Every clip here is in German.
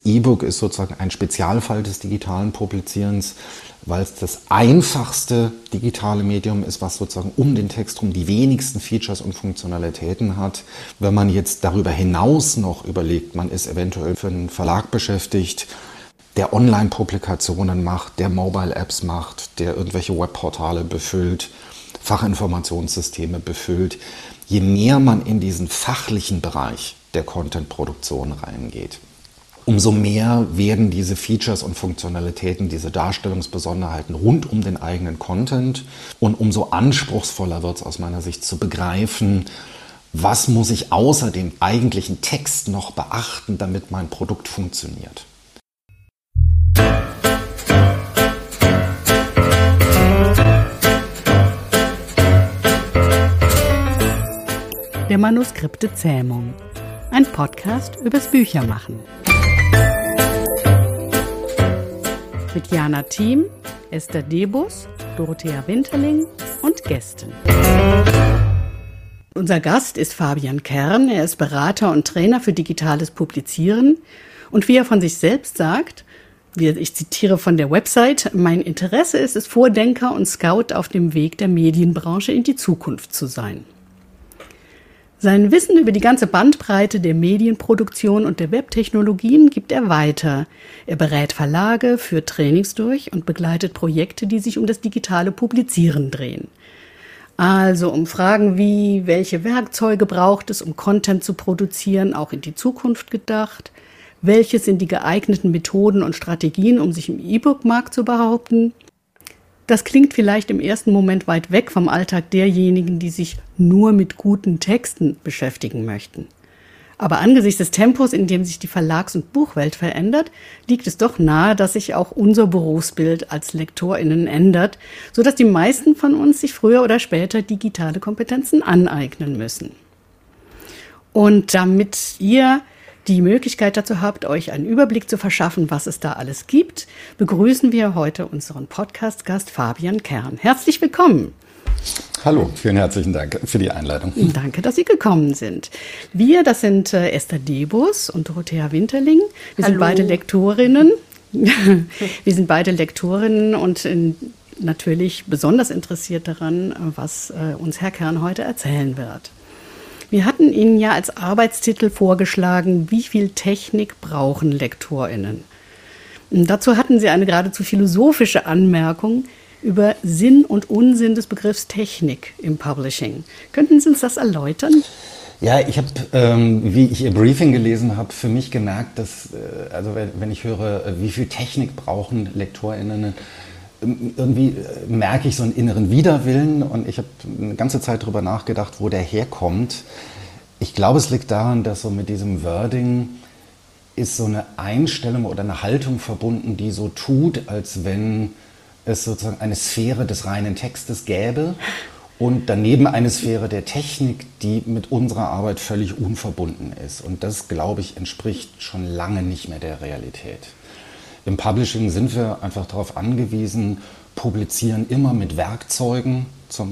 E-Book ist sozusagen ein Spezialfall des digitalen Publizierens, weil es das einfachste digitale Medium ist, was sozusagen um den Text herum die wenigsten Features und Funktionalitäten hat. Wenn man jetzt darüber hinaus noch überlegt, man ist eventuell für einen Verlag beschäftigt, der Online-Publikationen macht, der Mobile-Apps macht, der irgendwelche Webportale befüllt, Fachinformationssysteme befüllt. Je mehr man in diesen fachlichen Bereich der Content-Produktion reingeht, umso mehr werden diese Features und Funktionalitäten, diese Darstellungsbesonderheiten rund um den eigenen Content und umso anspruchsvoller wird es aus meiner Sicht zu begreifen, was muss ich außer dem eigentlichen Text noch beachten, damit mein Produkt funktioniert. Der Manuskripte-Zähmung. Ein Podcast übers Büchermachen. Mit Jana Thiem, Esther Debus, Dorothea Winterling und Gästen. Unser Gast ist Fabian Kern. Er ist Berater und Trainer für digitales Publizieren. Und wie er von sich selbst sagt, ich zitiere von der Website, mein Interesse ist es, Vordenker und Scout auf dem Weg der Medienbranche in die Zukunft zu sein. Sein Wissen über die ganze Bandbreite der Medienproduktion und der Webtechnologien gibt er weiter. Er berät Verlage, führt Trainings durch und begleitet Projekte, die sich um das digitale Publizieren drehen. Also um Fragen wie, welche Werkzeuge braucht es, um Content zu produzieren, auch in die Zukunft gedacht? Welche sind die geeigneten Methoden und Strategien, um sich im E-Book-Markt zu behaupten? Das klingt vielleicht im ersten Moment weit weg vom Alltag derjenigen, die sich nur mit guten Texten beschäftigen möchten. Aber angesichts des Tempos, in dem sich die Verlags- und Buchwelt verändert, liegt es doch nahe, dass sich auch unser Berufsbild als LektorInnen ändert, sodass die meisten von uns sich früher oder später digitale Kompetenzen aneignen müssen. Und damit ihr die Möglichkeit dazu habt, euch einen Überblick zu verschaffen, was es da alles gibt, begrüßen wir heute unseren Podcast-Gast Fabian Kern. Herzlich willkommen. Hallo, vielen herzlichen Dank für die Einladung. Danke, dass Sie gekommen sind. Wir, das sind Esther Debus und Dorothea Winterling. Wir sind beide Lektorinnen. Wir sind beide Lektorinnen und natürlich besonders interessiert daran, was uns Herr Kern heute erzählen wird. Wir hatten Ihnen ja als Arbeitstitel vorgeschlagen, wie viel Technik brauchen LektorInnen? Und dazu hatten Sie eine geradezu philosophische Anmerkung über Sinn und Unsinn des Begriffs Technik im Publishing. Könnten Sie uns das erläutern? Ja, ich habe, wie ich Ihr Briefing gelesen habe, für mich gemerkt, dass, also wenn ich höre, wie viel Technik brauchen LektorInnen, irgendwie merke ich so einen inneren Widerwillen und ich habe eine ganze Zeit darüber nachgedacht, wo der herkommt. Ich glaube, es liegt daran, dass so mit diesem Wording ist so eine Einstellung oder eine Haltung verbunden, die so tut, als wenn es sozusagen eine Sphäre des reinen Textes gäbe und daneben eine Sphäre der Technik, die mit unserer Arbeit völlig unverbunden ist. Und das, glaube ich, entspricht schon lange nicht mehr der Realität. Im Publishing sind wir einfach darauf angewiesen, publizieren immer mit Werkzeugen zu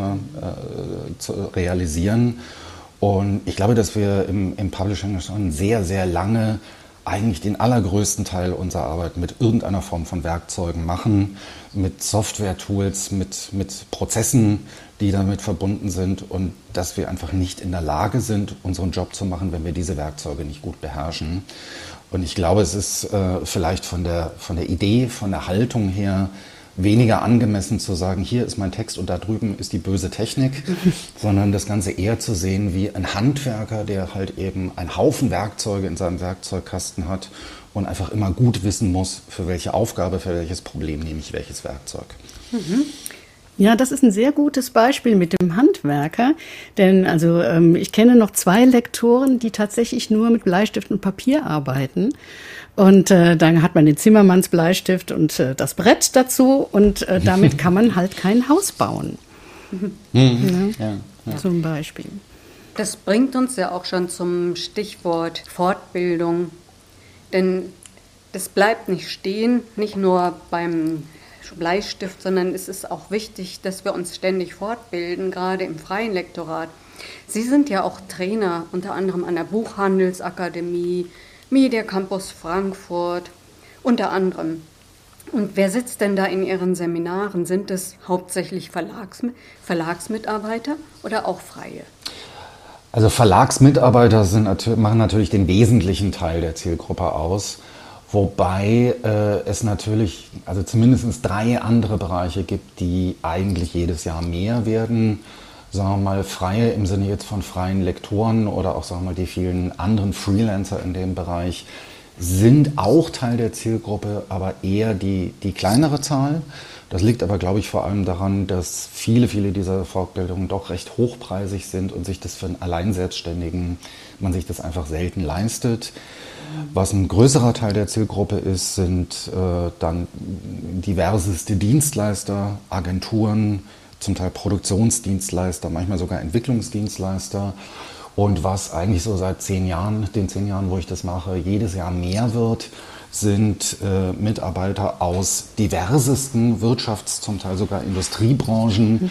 realisieren. Und ich glaube, dass wir im Publishing schon sehr, sehr lange eigentlich den allergrößten Teil unserer Arbeit mit irgendeiner Form von Werkzeugen machen, mit Software-Tools, mit Prozessen, die damit verbunden sind und dass wir einfach nicht in der Lage sind, unseren Job zu machen, wenn wir diese Werkzeuge nicht gut beherrschen. Und ich glaube, es ist vielleicht von der Idee, von der Haltung her weniger angemessen zu sagen, hier ist mein Text und da drüben ist die böse Technik, sondern das Ganze eher zu sehen wie ein Handwerker, der halt eben einen Haufen Werkzeuge in seinem Werkzeugkasten hat und einfach immer gut wissen muss, für welche Aufgabe, für welches Problem nehme ich welches Werkzeug. Mhm. Ja, das ist ein sehr gutes Beispiel mit dem Handwerker, denn ich kenne noch 2 Lektoren, die tatsächlich nur mit Bleistift und Papier arbeiten. Und dann hat man den Zimmermannsbleistift und das Brett dazu und damit kann man halt kein Haus bauen. Ja, zum Beispiel. Das bringt uns ja auch schon zum Stichwort Fortbildung, denn das bleibt nicht stehen, nicht nur beim Bleistift, sondern es ist auch wichtig, dass wir uns ständig fortbilden, gerade im freien Lektorat. Sie sind ja auch Trainer, unter anderem an der Buchhandelsakademie, Media Campus Frankfurt, unter anderem. Und wer sitzt denn da in Ihren Seminaren? Sind es hauptsächlich Verlagsmitarbeiter oder auch Freie? Also Verlagsmitarbeiter machen natürlich den wesentlichen Teil der Zielgruppe aus, wobei es natürlich also zumindest 3 andere Bereiche gibt, die eigentlich jedes Jahr mehr werden. Sagen wir mal Freie im Sinne jetzt von freien Lektoren oder auch sagen wir mal die vielen anderen Freelancer in dem Bereich sind auch Teil der Zielgruppe, aber eher die kleinere Zahl. Das liegt aber, glaube ich, vor allem daran, dass viele dieser Fortbildungen doch recht hochpreisig sind und sich das für einen Alleinselbstständigen, man sich das einfach selten leistet. Was ein größerer Teil der Zielgruppe ist, sind dann diverseste Dienstleister, Agenturen, zum Teil Produktionsdienstleister, manchmal sogar Entwicklungsdienstleister. Und was eigentlich so seit 10 Jahren, den 10 Jahren, wo ich das mache, jedes Jahr mehr wird, sind Mitarbeiter aus diversesten zum Teil sogar Industriebranchen,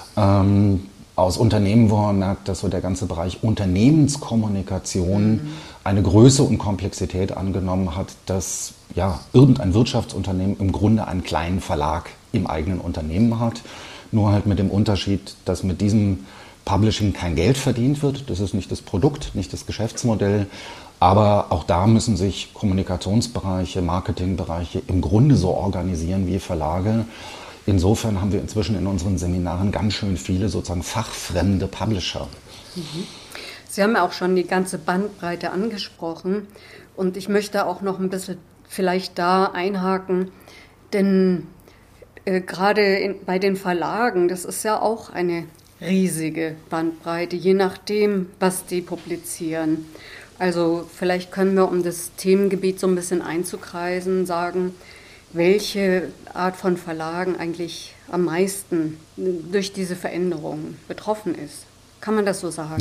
aus Unternehmen, wo man merkt, dass so der ganze Bereich Unternehmenskommunikation eine Größe und Komplexität angenommen hat, dass ja irgendein Wirtschaftsunternehmen im Grunde einen kleinen Verlag im eigenen Unternehmen hat. Nur halt mit dem Unterschied, dass mit diesem Publishing kein Geld verdient wird. Das ist nicht das Produkt, nicht das Geschäftsmodell. Aber auch da müssen sich Kommunikationsbereiche, Marketingbereiche im Grunde so organisieren wie Verlage. Insofern haben wir inzwischen in unseren Seminaren ganz schön viele sozusagen fachfremde Publisher. Sie haben ja auch schon die ganze Bandbreite angesprochen. Und ich möchte auch noch ein bisschen vielleicht da einhaken. Denn gerade bei den Verlagen, das ist ja auch eine riesige Bandbreite, je nachdem, was die publizieren. Also vielleicht können wir, um das Themengebiet so ein bisschen einzukreisen, sagen, welche Art von Verlagen eigentlich am meisten durch diese Veränderungen betroffen ist. Kann man das so sagen?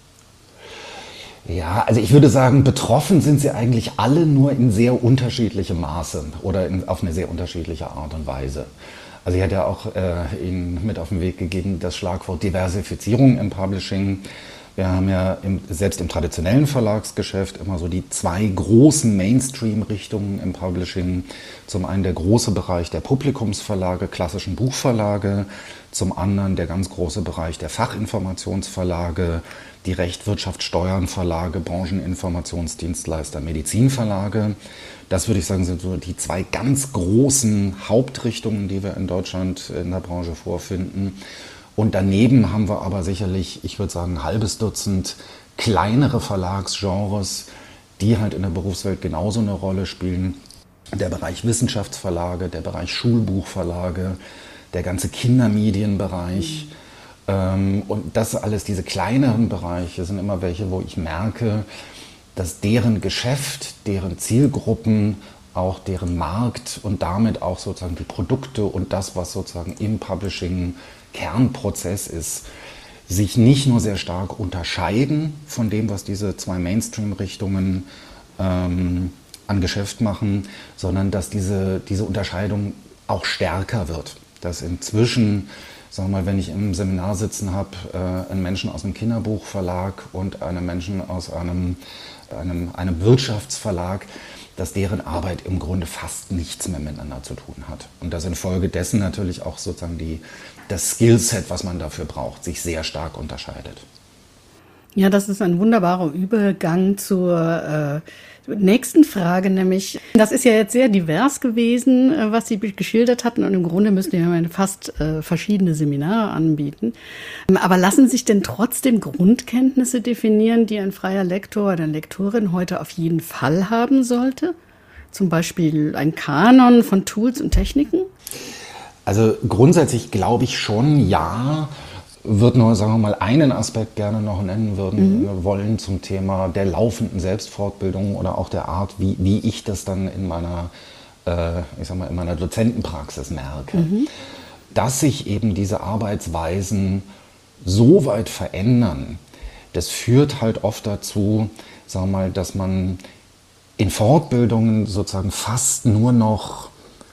Ja, also ich würde sagen, betroffen sind sie eigentlich alle nur in sehr unterschiedlichem Maße oder auf eine sehr unterschiedliche Art und Weise. Also ich hatte ja auch Ihnen mit auf den Weg gegeben, das Schlagwort Diversifizierung im Publishing. Wir haben ja selbst im traditionellen Verlagsgeschäft immer so die 2 großen Mainstream-Richtungen im Publishing. Zum einen der große Bereich der Publikumsverlage, klassischen Buchverlage, zum anderen der ganz große Bereich der Fachinformationsverlage, die Recht, Wirtschaft, Steuern Verlage, Brancheninformationsdienstleister, Medizinverlage. Das würde ich sagen, sind so die 2 ganz großen Hauptrichtungen, die wir in Deutschland in der Branche vorfinden. Und daneben haben wir aber sicherlich, ich würde sagen, ein halbes Dutzend kleinere Verlagsgenres, die halt in der Berufswelt genauso eine Rolle spielen. Der Bereich Wissenschaftsverlage, der Bereich Schulbuchverlage, der ganze Kindermedienbereich. Und das alles, diese kleineren Bereiche sind immer welche, wo ich merke, dass deren Geschäft, deren Zielgruppen, auch deren Markt und damit auch sozusagen die Produkte und das, was sozusagen im Publishing Kernprozess ist, sich nicht nur sehr stark unterscheiden von dem, was diese 2 Mainstream-Richtungen an Geschäft machen, sondern dass diese Unterscheidung auch stärker wird. Dass inzwischen, sagen wir mal, wenn ich im Seminar sitzen habe, einen Menschen aus einem Kinderbuchverlag und einen Menschen aus einem Wirtschaftsverlag, dass deren Arbeit im Grunde fast nichts mehr miteinander zu tun hat. Und dass infolgedessen natürlich auch sozusagen das Skillset, was man dafür braucht, sich sehr stark unterscheidet. Ja, das ist ein wunderbarer Übergang zur nächsten Frage, nämlich, das ist ja jetzt sehr divers gewesen, was Sie geschildert hatten, und im Grunde müssten wir fast verschiedene Seminare anbieten. Aber lassen sich denn trotzdem Grundkenntnisse definieren, die ein freier Lektor oder eine Lektorin heute auf jeden Fall haben sollte? Zum Beispiel ein Kanon von Tools und Techniken? Also grundsätzlich glaube ich schon, ja. Würde nur, sagen wir mal, einen Aspekt gerne noch nennen wollen zum Thema der laufenden Selbstfortbildung oder auch der Art, wie ich das dann in meiner Dozentenpraxis merke. Dass sich eben diese Arbeitsweisen so weit verändern, das führt halt oft dazu, sagen wir mal, dass man in Fortbildungen sozusagen fast nur noch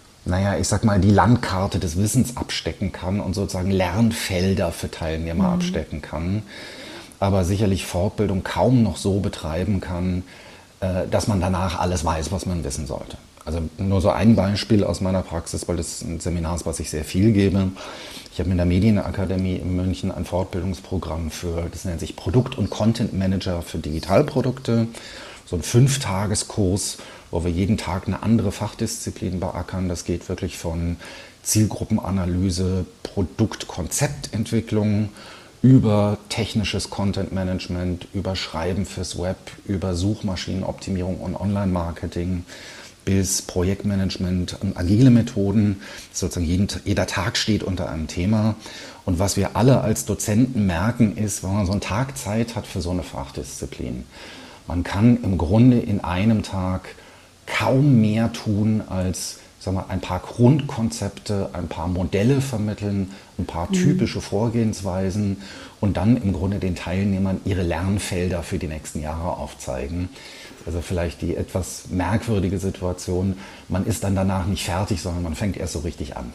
die Landkarte des Wissens abstecken kann und sozusagen Lernfelder für Teilnehmer abstecken kann. Aber sicherlich Fortbildung kaum noch so betreiben kann, dass man danach alles weiß, was man wissen sollte. Also nur so ein Beispiel aus meiner Praxis, weil das ein Seminar ist, was ich sehr viel gebe. Ich habe mit der Medienakademie in München ein Fortbildungsprogramm das nennt sich Produkt- und Content Manager für Digitalprodukte. So ein 5-Tageskurs, wo wir jeden Tag eine andere Fachdisziplin beackern. Das geht wirklich von Zielgruppenanalyse, Produktkonzeptentwicklung, über technisches Content Management, über Schreiben fürs Web, über Suchmaschinenoptimierung und Online-Marketing bis Projektmanagement und agile Methoden. Sozusagen jeder Tag steht unter einem Thema. Und was wir alle als Dozenten merken, ist, wenn man so einen Tag Zeit hat für so eine Fachdisziplin, man kann im Grunde in einem Tag kaum mehr tun als ein paar Grundkonzepte, ein paar Modelle vermitteln, ein paar typische Vorgehensweisen und dann im Grunde den Teilnehmern ihre Lernfelder für die nächsten Jahre aufzeigen. Also vielleicht die etwas merkwürdige Situation, man ist dann danach nicht fertig, sondern man fängt erst so richtig an.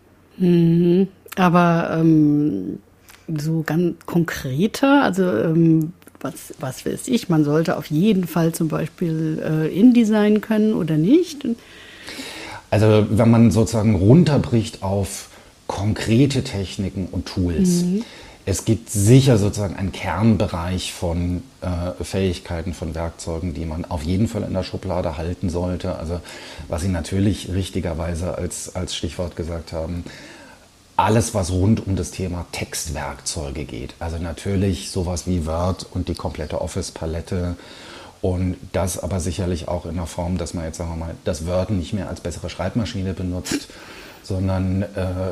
Aber so ganz konkreter, also was weiß ich, man sollte auf jeden Fall zum Beispiel InDesign können oder nicht? Also wenn man sozusagen runterbricht auf konkrete Techniken und Tools, es gibt sicher sozusagen einen Kernbereich von Fähigkeiten, von Werkzeugen, die man auf jeden Fall in der Schublade halten sollte. Also was Sie natürlich richtigerweise als Stichwort gesagt haben, alles, was rund um das Thema Textwerkzeuge geht. Also natürlich sowas wie Word und die komplette Office-Palette. Und das aber sicherlich auch in der Form, dass man jetzt, sagen wir mal, das Word nicht mehr als bessere Schreibmaschine benutzt, sondern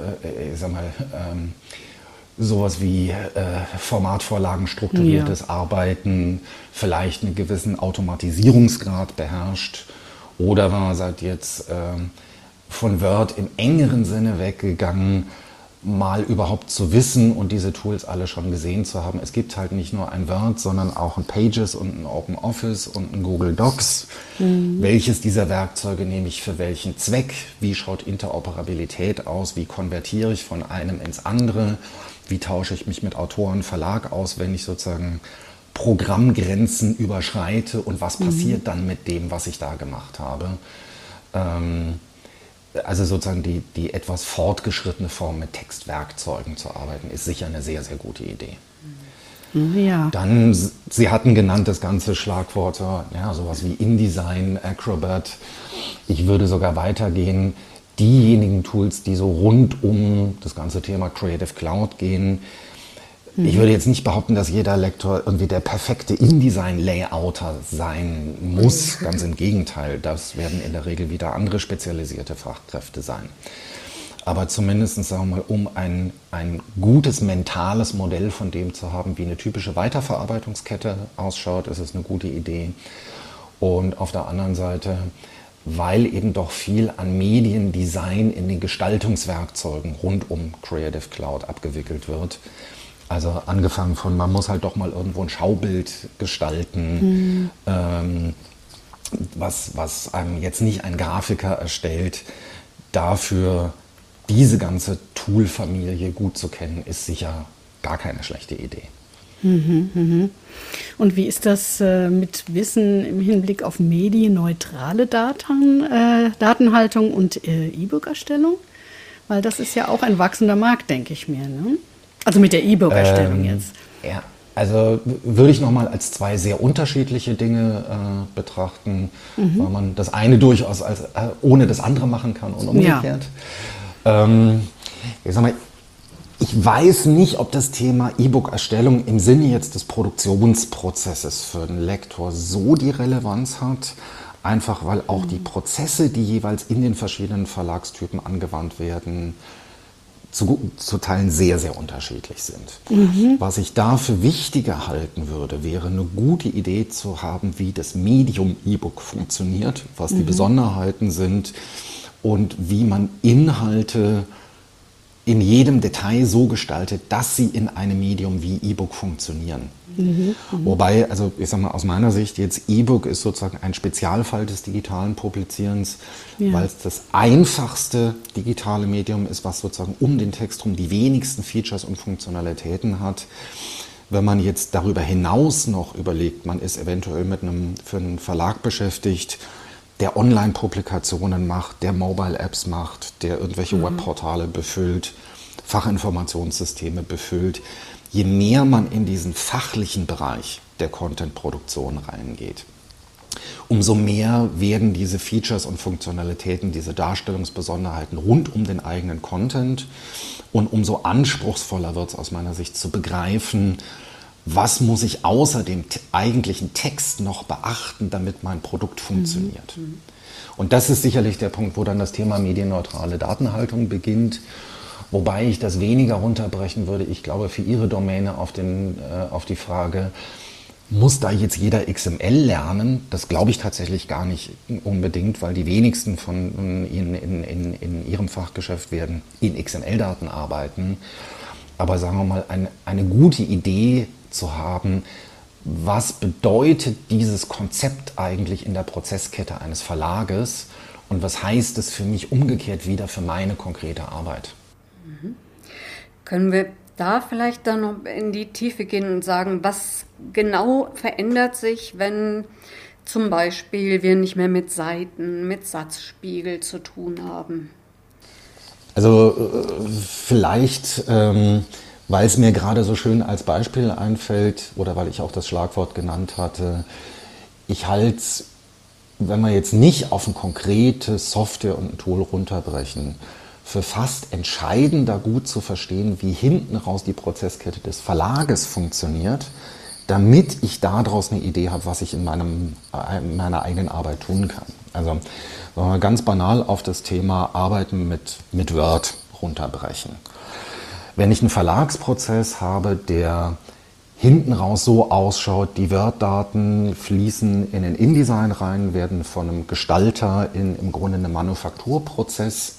sowas wie Formatvorlagen, strukturiertes Arbeiten, vielleicht einen gewissen Automatisierungsgrad beherrscht. Oder wenn man sagt, jetzt von Word im engeren Sinne weggegangen, mal überhaupt zu wissen und diese Tools alle schon gesehen zu haben. Es gibt halt nicht nur ein Word, sondern auch ein Pages und ein Open Office und ein Google Docs. Welches dieser Werkzeuge nehme ich für welchen Zweck? Wie schaut Interoperabilität aus? Wie konvertiere ich von einem ins andere? Wie tausche ich mich mit Autoren, Verlag aus, wenn ich sozusagen Programmgrenzen überschreite? Und was passiert dann mit dem, was ich da gemacht habe? Also sozusagen die etwas fortgeschrittene Form mit Textwerkzeugen zu arbeiten, ist sicher eine sehr, sehr gute Idee. Ja. Dann, Sie hatten genannt das ganze Schlagworte, ja, sowas wie InDesign, Acrobat. Ich würde sogar weitergehen, diejenigen Tools, die so rund um das ganze Thema Creative Cloud gehen. Ich würde jetzt nicht behaupten, dass jeder Lektor irgendwie der perfekte InDesign-Layouter sein muss. Ganz im Gegenteil, das werden in der Regel wieder andere spezialisierte Fachkräfte sein. Aber zumindest, sagen wir mal, um ein gutes mentales Modell von dem zu haben, wie eine typische Weiterverarbeitungskette ausschaut, ist es eine gute Idee. Und auf der anderen Seite, weil eben doch viel an Mediendesign in den Gestaltungswerkzeugen rund um Creative Cloud abgewickelt wird. Also angefangen von, man muss halt doch mal irgendwo ein Schaubild gestalten, was einem jetzt nicht ein Grafiker erstellt. Dafür diese ganze Toolfamilie gut zu kennen, ist sicher gar keine schlechte Idee. Und wie ist das mit Wissen im Hinblick auf medienneutrale Datenhaltung und E-Book-Erstellung? Weil das ist ja auch ein wachsender Markt, denke ich mir, ne? Also mit der E-Book-Erstellung jetzt. Ja, also würde ich nochmal als zwei sehr unterschiedliche Dinge betrachten, weil man das eine durchaus ohne das andere machen kann und umgekehrt. Ja. Ich sag mal, ich weiß nicht, ob das Thema E-Book-Erstellung im Sinne jetzt des Produktionsprozesses für einen Lektor so die Relevanz hat, einfach weil auch die Prozesse, die jeweils in den verschiedenen Verlagstypen angewandt werden, zu Teilen sehr, sehr unterschiedlich sind. Was ich dafür wichtiger halten würde, wäre eine gute Idee zu haben, wie das Medium E-Book funktioniert, was die Besonderheiten sind und wie man Inhalte in jedem Detail so gestaltet, dass sie in einem Medium wie E-Book funktionieren. Wobei, also ich sag mal, aus meiner Sicht jetzt E-Book ist sozusagen ein Spezialfall des digitalen Publizierens, weil es das einfachste digitale Medium ist, was sozusagen um den Text herum die wenigsten Features und Funktionalitäten hat. Wenn man jetzt darüber hinaus noch überlegt, man ist eventuell für einen Verlag beschäftigt, der Online-Publikationen macht, der Mobile-Apps macht, der irgendwelche Webportale befüllt, Fachinformationssysteme befüllt. Je mehr man in diesen fachlichen Bereich der Content-Produktion reingeht, umso mehr werden diese Features und Funktionalitäten, diese Darstellungsbesonderheiten rund um den eigenen Content und umso anspruchsvoller wird es aus meiner Sicht zu begreifen, was muss ich außer dem eigentlichen Text noch beachten, damit mein Produkt funktioniert. Und das ist sicherlich der Punkt, wo dann das Thema medienneutrale Datenhaltung beginnt, wobei ich das weniger runterbrechen würde. Ich glaube, für Ihre Domäne auf die Frage, muss da jetzt jeder XML lernen? Das glaube ich tatsächlich gar nicht unbedingt, weil die wenigsten von Ihnen in Ihrem Fachgeschäft werden in XML-Daten arbeiten. Aber sagen wir mal, eine gute Idee zu haben, was bedeutet dieses Konzept eigentlich in der Prozesskette eines Verlages und was heißt es für mich umgekehrt wieder für meine konkrete Arbeit? Können wir da vielleicht dann noch in die Tiefe gehen und sagen, was genau verändert sich, wenn zum Beispiel wir nicht mehr mit Seiten, mit Satzspiegel zu tun haben? Also vielleicht, weil es mir gerade so schön als Beispiel einfällt oder weil ich auch das Schlagwort genannt hatte, ich halte es, wenn wir jetzt nicht auf ein konkretes Software und ein Tool runterbrechen, für fast entscheidender gut zu verstehen, wie hinten raus die Prozesskette des Verlages funktioniert, damit ich daraus eine Idee habe, was ich in meiner eigenen Arbeit tun kann. Also wenn wir ganz banal auf das Thema Arbeiten mit Word runterbrechen. Wenn ich einen Verlagsprozess habe, der hinten raus so ausschaut, die Word-Daten fließen in den InDesign rein, werden von einem Gestalter in im Grunde einem Manufakturprozess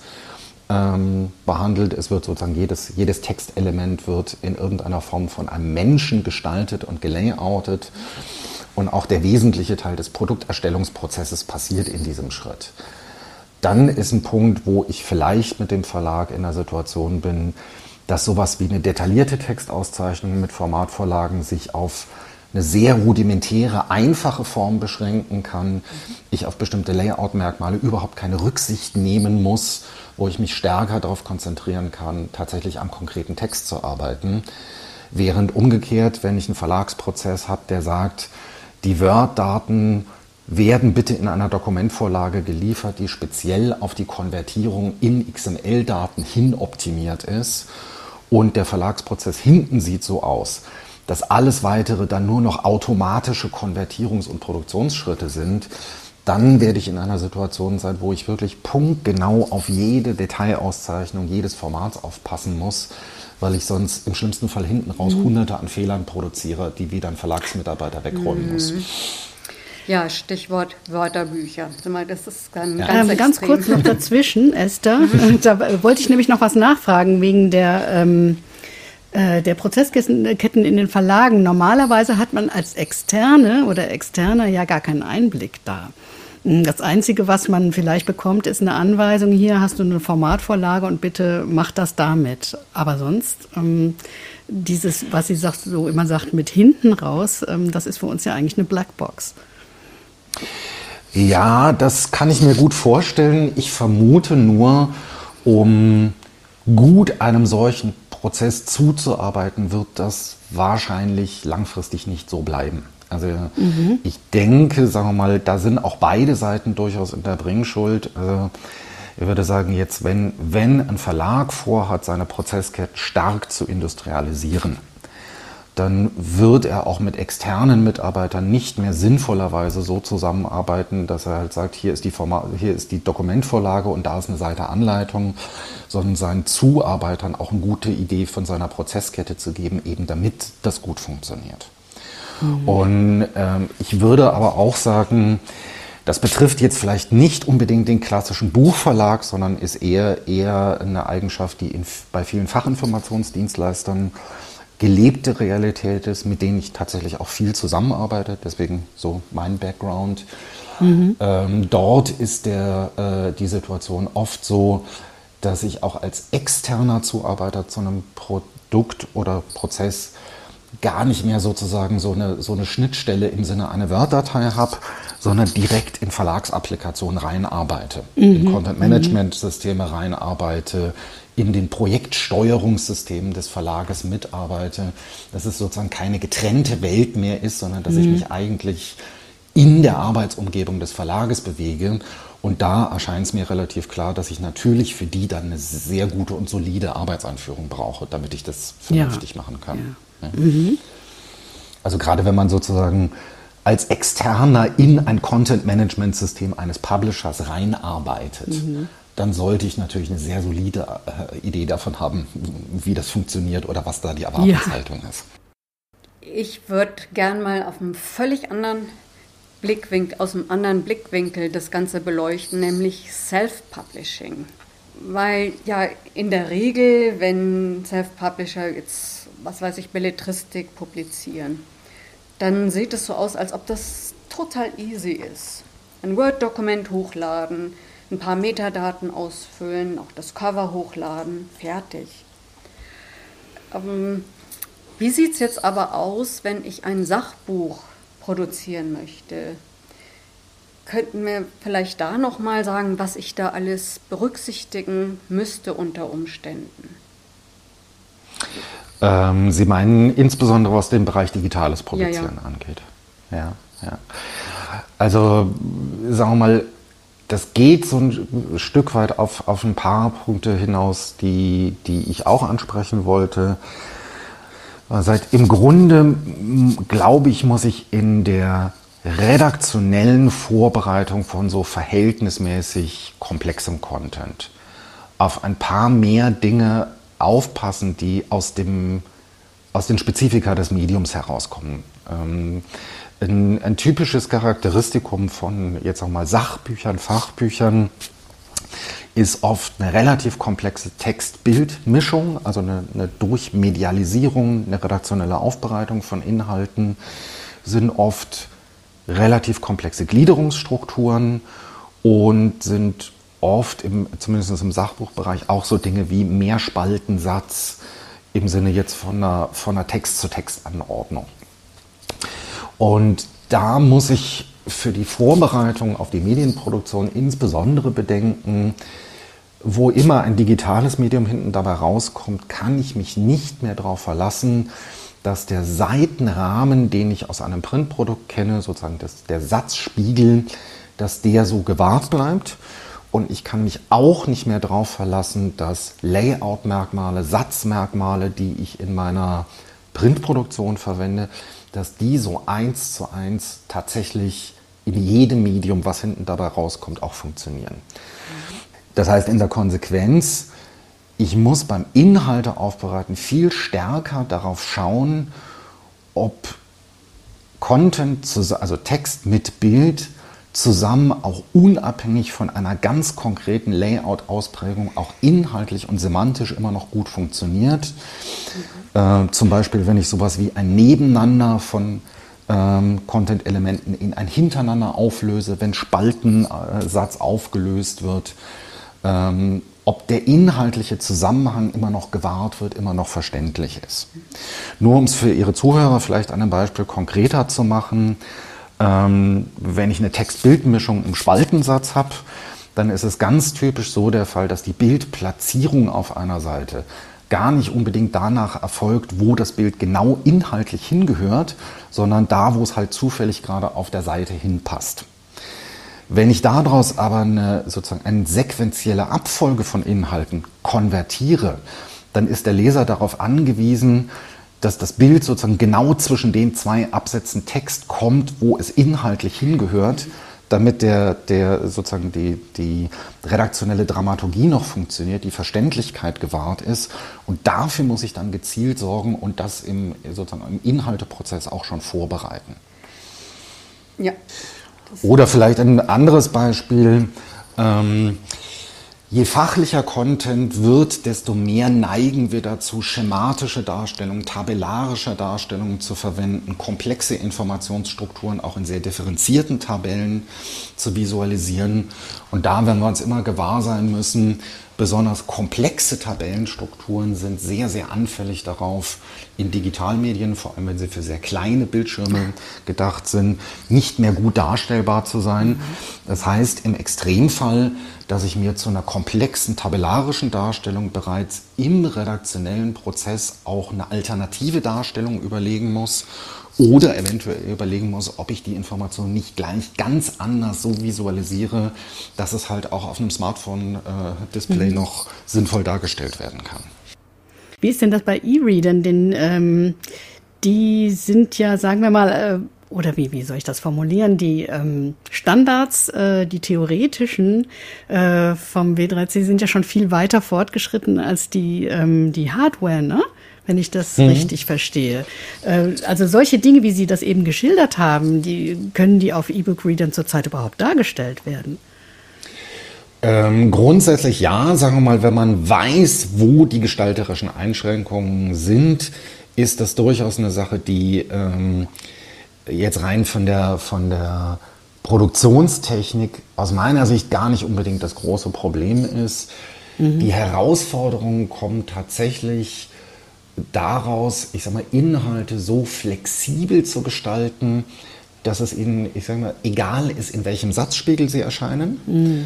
behandelt. Es wird sozusagen jedes Textelement wird in irgendeiner Form von einem Menschen gestaltet und gelayoutet. Und auch der wesentliche Teil des Produkterstellungsprozesses passiert in diesem Schritt. Dann ist ein Punkt, wo ich vielleicht mit dem Verlag in einer Situation bin, dass sowas wie eine detaillierte Textauszeichnung mit Formatvorlagen sich auf eine sehr rudimentäre, einfache Form beschränken kann. Ich auf bestimmte Layout-Merkmale überhaupt keine Rücksicht nehmen muss, wo ich mich stärker darauf konzentrieren kann, tatsächlich am konkreten Text zu arbeiten. Während umgekehrt, wenn ich einen Verlagsprozess habe, der sagt, die Word-Daten werden bitte in einer Dokumentvorlage geliefert, die speziell auf die Konvertierung in XML-Daten hin optimiert ist und der Verlagsprozess hinten sieht so aus, dass alles Weitere dann nur noch automatische Konvertierungs- und Produktionsschritte sind, dann werde ich in einer Situation sein, wo ich wirklich punktgenau auf jede Detailauszeichnung jedes Formats aufpassen muss, weil ich sonst im schlimmsten Fall hinten raus Hunderte an Fehlern produziere, die wieder ein Verlagsmitarbeiter wegräumen muss. Ja, Stichwort Wörterbücher. Das ist ganz ganz kurz noch dazwischen, Esther. Da wollte ich nämlich noch was nachfragen wegen der Prozessketten in den Verlagen. Normalerweise hat man als Externe oder Externer ja gar keinen Einblick da. Das Einzige, was man vielleicht bekommt, ist eine Anweisung, hier hast du eine Formatvorlage und bitte mach das damit. Aber sonst, dieses, was sie sagt, so immer sagt, mit hinten raus, das ist für uns ja eigentlich eine Blackbox. Ja, das kann ich mir gut vorstellen. Ich vermute nur, um gut einem solchen Prozess zuzuarbeiten, wird das wahrscheinlich langfristig nicht so bleiben. Also ich denke, sagen wir mal, da sind auch beide Seiten durchaus in der Bringschuld. Also ich würde sagen, jetzt wenn ein Verlag vorhat, seine Prozessketten stark zu industrialisieren, dann wird er auch mit externen Mitarbeitern nicht mehr sinnvollerweise so zusammenarbeiten, dass er halt sagt, hier ist die Dokumentvorlage und da ist eine Seite Anleitung, sondern seinen Zuarbeitern auch eine gute Idee von seiner Prozesskette zu geben, eben damit das gut funktioniert. Und ich würde aber auch sagen, das betrifft jetzt vielleicht nicht unbedingt den klassischen Buchverlag, sondern ist eher eine Eigenschaft, die bei vielen Fachinformationsdienstleistern gelebte Realität ist, mit denen ich tatsächlich auch viel zusammenarbeite, deswegen so mein Background. Dort ist die Situation oft so, dass ich auch als externer Zuarbeiter zu einem Produkt oder Prozess gar nicht mehr sozusagen so eine Schnittstelle im Sinne einer Word-Datei habe, sondern direkt in Verlagsapplikationen reinarbeite, in Content-Management-Systeme reinarbeite, in den Projektsteuerungssystemen des Verlages mitarbeite, dass es sozusagen keine getrennte Welt mehr ist, sondern dass ich mich eigentlich in der Arbeitsumgebung des Verlages bewege. Und da erscheint es mir relativ klar, dass ich natürlich für die dann eine sehr gute und solide Arbeitseinführung brauche, damit ich das vernünftig machen kann. Ja. Also gerade wenn man sozusagen als Externer in ein Content-Management-System eines Publishers reinarbeitet, dann sollte ich natürlich eine sehr solide Idee davon haben, wie das funktioniert oder was da die Erwartungshaltung ist. Ich würde gern mal auf einem völlig anderen aus einem anderen Blickwinkel das Ganze beleuchten, nämlich Self-Publishing. Weil ja in der Regel, wenn Self-Publisher jetzt, was weiß ich, Belletristik publizieren, dann sieht es so aus, als ob das total easy ist. Ein Word-Dokument hochladen, ein paar Metadaten ausfüllen, auch das Cover hochladen, fertig. Wie sieht es jetzt aber aus, wenn ich ein Sachbuch produzieren möchte? Könnten wir vielleicht da nochmal sagen, was ich da alles berücksichtigen müsste unter Umständen? Sie meinen insbesondere, was den Bereich digitales Produzieren angeht. Ja. Also sagen wir mal, das geht so ein Stück weit auf ein paar Punkte hinaus, die ich auch ansprechen wollte. Im Grunde, glaube ich, muss ich in der redaktionellen Vorbereitung von so verhältnismäßig komplexem Content auf ein paar mehr Dinge aufpassen, die aus den Spezifika des Mediums herauskommen. Ein typisches Charakteristikum von jetzt auch mal Sachbüchern, Fachbüchern ist oft eine relativ komplexe Text-Bild-Mischung, also eine Durchmedialisierung, eine redaktionelle Aufbereitung von Inhalten, sind oft relativ komplexe Gliederungsstrukturen und sind oft, zumindest im Sachbuchbereich, auch so Dinge wie Mehrspaltensatz im Sinne jetzt von einer Text-zu-Text-Anordnung. Und da muss ich für die Vorbereitung auf die Medienproduktion insbesondere bedenken, wo immer ein digitales Medium hinten dabei rauskommt, kann ich mich nicht mehr darauf verlassen, dass der Seitenrahmen, den ich aus einem Printprodukt kenne, sozusagen der Satzspiegel, dass der so gewahrt bleibt. Und ich kann mich auch nicht mehr darauf verlassen, dass Layout-Merkmale, Satzmerkmale, die ich in meiner Printproduktion verwende, dass die so 1:1 tatsächlich in jedem Medium, was hinten dabei rauskommt, auch funktionieren. Das heißt in der Konsequenz, ich muss beim Inhalte aufbereiten viel stärker darauf schauen, ob Content, also Text mit Bild, zusammen auch unabhängig von einer ganz konkreten Layout-Ausprägung auch inhaltlich und semantisch immer noch gut funktioniert. Zum Beispiel, wenn ich sowas wie ein Nebeneinander von Content-Elementen in ein Hintereinander auflöse, wenn Spaltensatz aufgelöst wird, ob der inhaltliche Zusammenhang immer noch gewahrt wird, immer noch verständlich ist. Nur um es für Ihre Zuhörer vielleicht an einem Beispiel konkreter zu machen, wenn ich eine Text-Bild-Mischung im Spaltensatz habe, dann ist es ganz typisch so der Fall, dass die Bildplatzierung auf einer Seite gar nicht unbedingt danach erfolgt, wo das Bild genau inhaltlich hingehört, sondern da, wo es halt zufällig gerade auf der Seite hinpasst. Wenn ich daraus aber eine sequentielle Abfolge von Inhalten konvertiere, dann ist der Leser darauf angewiesen, dass das Bild sozusagen genau zwischen den zwei Absätzen Text kommt, wo es inhaltlich hingehört, damit die redaktionelle Dramaturgie noch funktioniert, die Verständlichkeit gewahrt ist. Und dafür muss ich dann gezielt sorgen und das im Inhalteprozess auch schon vorbereiten. Ja. Oder vielleicht ein anderes Beispiel. Je fachlicher Content wird, desto mehr neigen wir dazu, schematische Darstellungen, tabellarische Darstellungen zu verwenden, komplexe Informationsstrukturen auch in sehr differenzierten Tabellen zu visualisieren. Und da werden wir uns immer gewahr sein müssen, besonders komplexe Tabellenstrukturen sind sehr, sehr anfällig darauf, in Digitalmedien, vor allem wenn sie für sehr kleine Bildschirme gedacht sind, nicht mehr gut darstellbar zu sein. Das heißt im Extremfall, dass ich mir zu einer komplexen tabellarischen Darstellung bereits im redaktionellen Prozess auch eine alternative Darstellung überlegen muss oder eventuell überlegen muss, ob ich die Information nicht gleich ganz anders so visualisiere, dass es halt auch auf einem Smartphone-Display noch sinnvoll dargestellt werden kann. Wie ist denn das bei E-Readern? Denn die sind ja, sagen wir mal, oder wie soll ich das formulieren? Die Standards, die theoretischen vom W3C sind ja schon viel weiter fortgeschritten als die Hardware, ne? Wenn ich das richtig verstehe. Also solche Dinge, wie Sie das eben geschildert haben, können die auf E-Book-Readern zurzeit überhaupt dargestellt werden? Grundsätzlich ja, sagen wir mal, wenn man weiß, wo die gestalterischen Einschränkungen sind, ist das durchaus eine Sache, die jetzt rein von der Produktionstechnik aus meiner Sicht gar nicht unbedingt das große Problem ist. Die Herausforderungen kommen tatsächlich daraus, ich sag mal, Inhalte so flexibel zu gestalten, dass es ihnen, ich sag mal, egal ist, in welchem Satzspiegel sie erscheinen.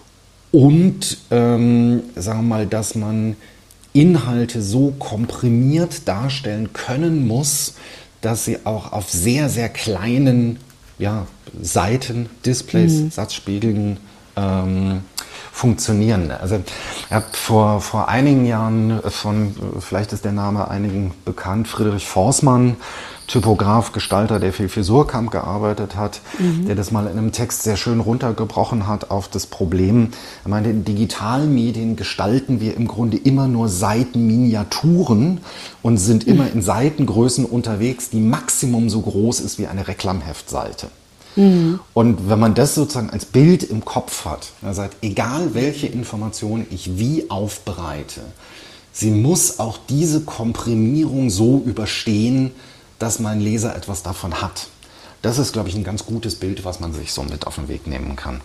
Und sagen wir mal, dass man Inhalte so komprimiert darstellen können muss, dass sie auch auf sehr, sehr kleinen Seiten, Displays, Satzspiegeln funktionieren. Also ich habe vor einigen Jahren vielleicht ist der Name einigen bekannt, Friedrich Forstmann, Typograf, Gestalter, der viel für Suhrkamp gearbeitet hat, der das mal in einem Text sehr schön runtergebrochen hat auf das Problem. Er meinte, in Digitalmedien gestalten wir im Grunde immer nur Seitenminiaturen und sind immer in Seitengrößen unterwegs, die maximum so groß ist wie eine Reklamheftseite. Und wenn man das sozusagen als Bild im Kopf hat, sagt, egal welche Information ich wie aufbereite, sie muss auch diese Komprimierung so überstehen, dass mein Leser etwas davon hat. Das ist, glaube ich, ein ganz gutes Bild, was man sich so mit auf den Weg nehmen kann.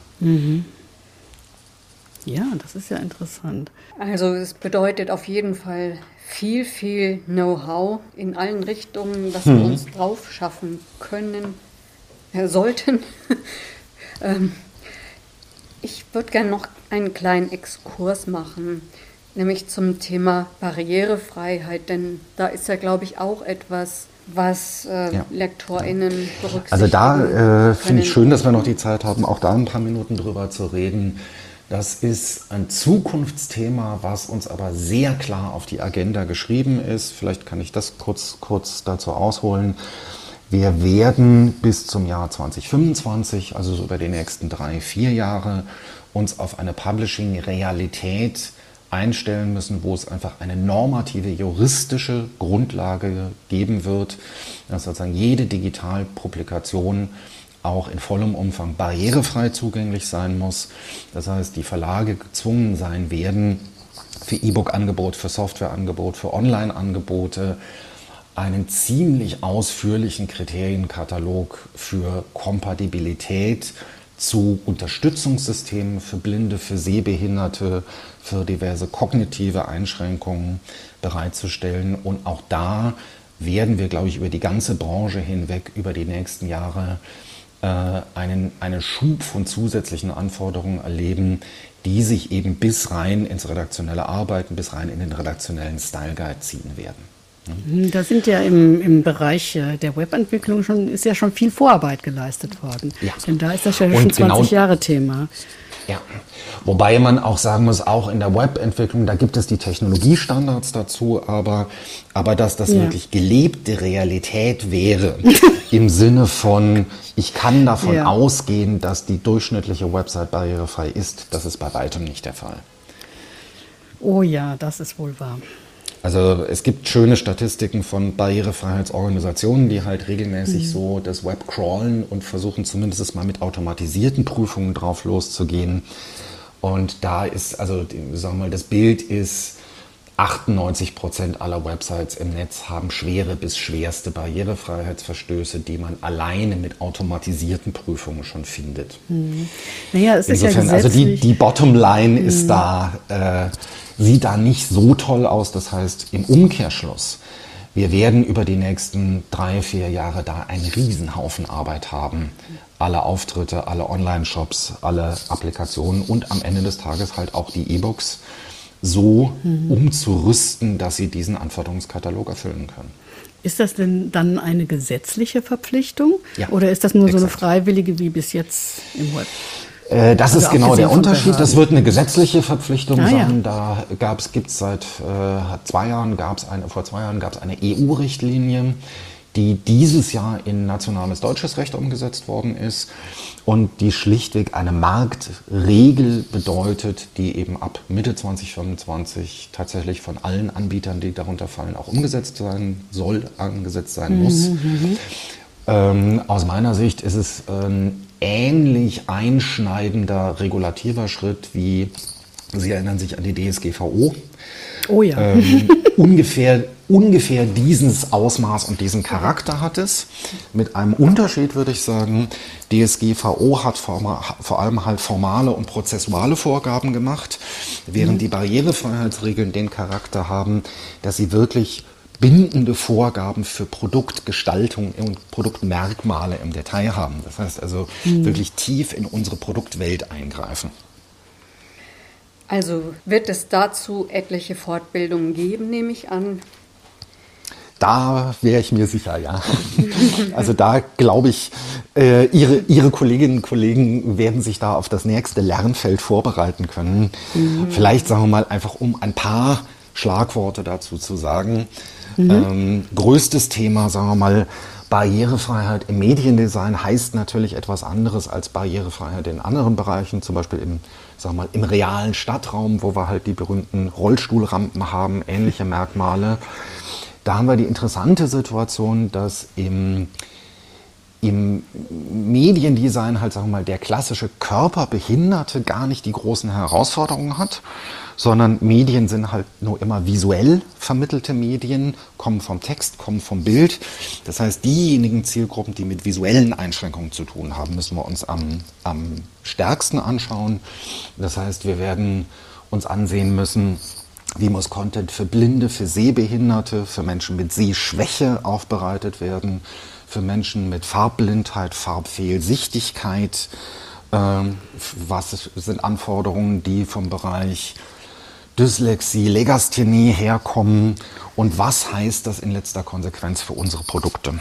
Ja, das ist ja interessant. Also es bedeutet auf jeden Fall viel, viel Know-how in allen Richtungen, dass wir uns drauf schaffen können, sollten. Ich würde gerne noch einen kleinen Exkurs machen, nämlich zum Thema Barrierefreiheit, denn da ist ja, glaube ich, auch etwas, was LektorInnen berücksichtigen. Also da finde ich schön, dass wir noch die Zeit haben, auch da ein paar Minuten drüber zu reden. Das ist ein Zukunftsthema, was uns aber sehr klar auf die Agenda geschrieben ist. Vielleicht kann ich das kurz dazu ausholen. Wir werden bis zum Jahr 2025, also so über die nächsten 3-4 Jahre, uns auf eine Publishing-Realität einstellen müssen, wo es einfach eine normative, juristische Grundlage geben wird, dass sozusagen jede Digitalpublikation auch in vollem Umfang barrierefrei zugänglich sein muss. Das heißt, die Verlage gezwungen sein werden, für E-Book-Angebot, für Software-Angebot, für Online-Angebote einen ziemlich ausführlichen Kriterienkatalog für Kompatibilität zu Unterstützungssystemen für Blinde, für Sehbehinderte, für diverse kognitive Einschränkungen bereitzustellen. Und auch da werden wir, glaube ich, über die ganze Branche hinweg über die nächsten Jahre einen Schub von zusätzlichen Anforderungen erleben, die sich eben bis rein ins redaktionelle Arbeiten, bis rein in den redaktionellen Style Guide ziehen werden. Da sind ja im Bereich der Webentwicklung ist ja schon viel Vorarbeit geleistet worden. Ja. Denn da ist das ja schon 20 Jahre Thema. Ja, wobei man auch sagen muss, auch in der Webentwicklung, da gibt es die Technologiestandards dazu, aber dass das wirklich gelebte Realität wäre, im Sinne von, ich kann davon ausgehen, dass die durchschnittliche Website barrierefrei ist, das ist bei weitem nicht der Fall. Oh ja, das ist wohl wahr. Also es gibt schöne Statistiken von Barrierefreiheitsorganisationen, die halt regelmäßig so das Web crawlen und versuchen zumindest mal mit automatisierten Prüfungen drauf loszugehen. Und da ist, also sagen wir mal, das Bild ist 98% aller Websites im Netz haben schwere bis schwerste Barrierefreiheitsverstöße, die man alleine mit automatisierten Prüfungen schon findet. Naja, es ist insofern, ja gesetzlich. also die Bottomline ist sieht da nicht so toll aus. Das heißt, im Umkehrschluss, wir werden über die nächsten 3-4 Jahre da einen Riesenhaufen Arbeit haben. Alle Auftritte, alle Online-Shops, alle Applikationen und am Ende des Tages halt auch die E-Books so umzurüsten, dass sie diesen Anforderungskatalog erfüllen können. Ist das denn dann eine gesetzliche Verpflichtung? Ja, oder ist das nur so eine exakt. freiwillige wie bis jetzt im Web? Das ist genau der Unterschied. Das wird eine gesetzliche Verpflichtung sein. Ja. Da gibt's seit 2 Jahren, vor 2 Jahren gab es eine EU-Richtlinie, die dieses Jahr in nationales deutsches Recht umgesetzt worden ist und die schlichtweg eine Marktregel bedeutet, die eben ab Mitte 2025 tatsächlich von allen Anbietern, die darunter fallen, auch umgesetzt sein soll, angesetzt sein muss. Aus meiner Sicht ist es ein ähnlich einschneidender regulativer Schritt wie, Sie erinnern sich an die DSGVO. Oh ja. Ungefähr dieses Ausmaß und diesen Charakter hat es. Mit einem Unterschied würde ich sagen, DSGVO hat vor allem halt formale und prozessuale Vorgaben gemacht, während die Barrierefreiheitsregeln den Charakter haben, dass sie wirklich bindende Vorgaben für Produktgestaltung und Produktmerkmale im Detail haben. Das heißt also wirklich tief in unsere Produktwelt eingreifen. Also wird es dazu etliche Fortbildungen geben, nehme ich an? Da wäre ich mir sicher, ja. Also da glaube ich, Ihre Kolleginnen und Kollegen werden sich da auf das nächste Lernfeld vorbereiten können. Vielleicht sagen wir mal einfach, um ein paar Schlagworte dazu zu sagen. Größtes Thema, sagen wir mal, Barrierefreiheit im Mediendesign heißt natürlich etwas anderes als Barrierefreiheit in anderen Bereichen, zum Beispiel im realen Stadtraum, wo wir halt die berühmten Rollstuhlrampen haben, ähnliche Merkmale. Da haben wir die interessante Situation, dass im Mediendesign halt, sagen wir mal, der klassische Körperbehinderte gar nicht die großen Herausforderungen hat, sondern Medien sind halt nur immer visuell vermittelte Medien, kommen vom Text, kommen vom Bild. Das heißt, diejenigen Zielgruppen, die mit visuellen Einschränkungen zu tun haben, müssen wir uns am stärksten anschauen. Das heißt, wir werden uns ansehen müssen, wie muss Content für Blinde, für Sehbehinderte, für Menschen mit Sehschwäche aufbereitet werden, für Menschen mit Farbblindheit, Farbfehlsichtigkeit. Was sind Anforderungen, die vom Bereich Dyslexie, Legasthenie herkommen und was heißt das in letzter Konsequenz für unsere Produkte?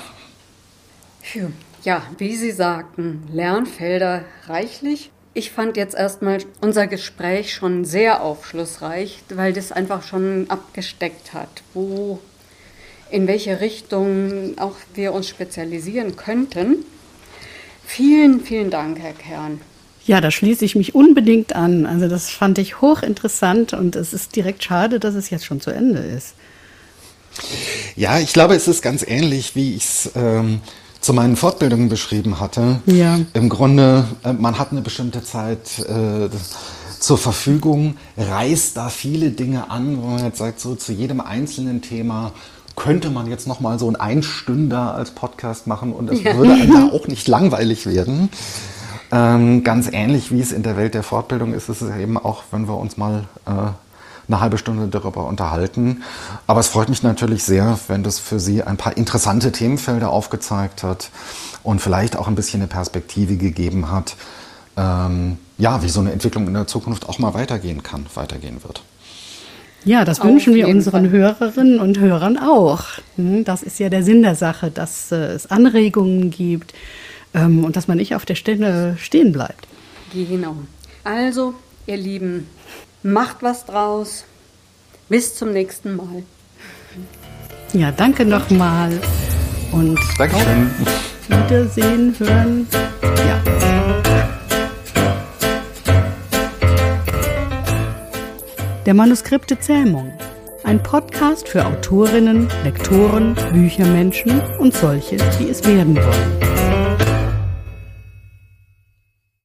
Ja, wie Sie sagten, Lernfelder reichlich. Ich fand jetzt erstmal unser Gespräch schon sehr aufschlussreich, weil das einfach schon abgesteckt hat, in welche Richtung auch wir uns spezialisieren könnten. Vielen, vielen Dank, Herr Kern. Ja, da schließe ich mich unbedingt an. Also das fand ich hochinteressant und es ist direkt schade, dass es jetzt schon zu Ende ist. Ja, ich glaube, es ist ganz ähnlich, wie ich es zu meinen Fortbildungen beschrieben hatte. Ja. Im Grunde, man hat eine bestimmte Zeit zur Verfügung, reißt da viele Dinge an, wo man jetzt sagt, so zu jedem einzelnen Thema könnte man jetzt nochmal so einen Einstünder als Podcast machen und es würde einem da auch nicht langweilig werden. Ganz ähnlich wie es in der Welt der Fortbildung ist, ist es eben auch, wenn wir uns mal eine halbe Stunde darüber unterhalten. Aber es freut mich natürlich sehr, wenn das für Sie ein paar interessante Themenfelder aufgezeigt hat und vielleicht auch ein bisschen eine Perspektive gegeben hat, wie so eine Entwicklung in der Zukunft auch mal weitergehen wird. Ja, das wünschen wir unseren Hörerinnen und Hörern auch. Das ist ja der Sinn der Sache, dass es Anregungen gibt und dass man nicht auf der Stelle stehen bleibt. Genau. Also, ihr Lieben, macht was draus. Bis zum nächsten Mal. Ja, danke nochmal und Dankeschön. Auf Wiedersehen, hören. Ja. Der Manuskripte Zähmung. Ein Podcast für Autorinnen, Lektoren, Büchermenschen und solche, die es werden wollen.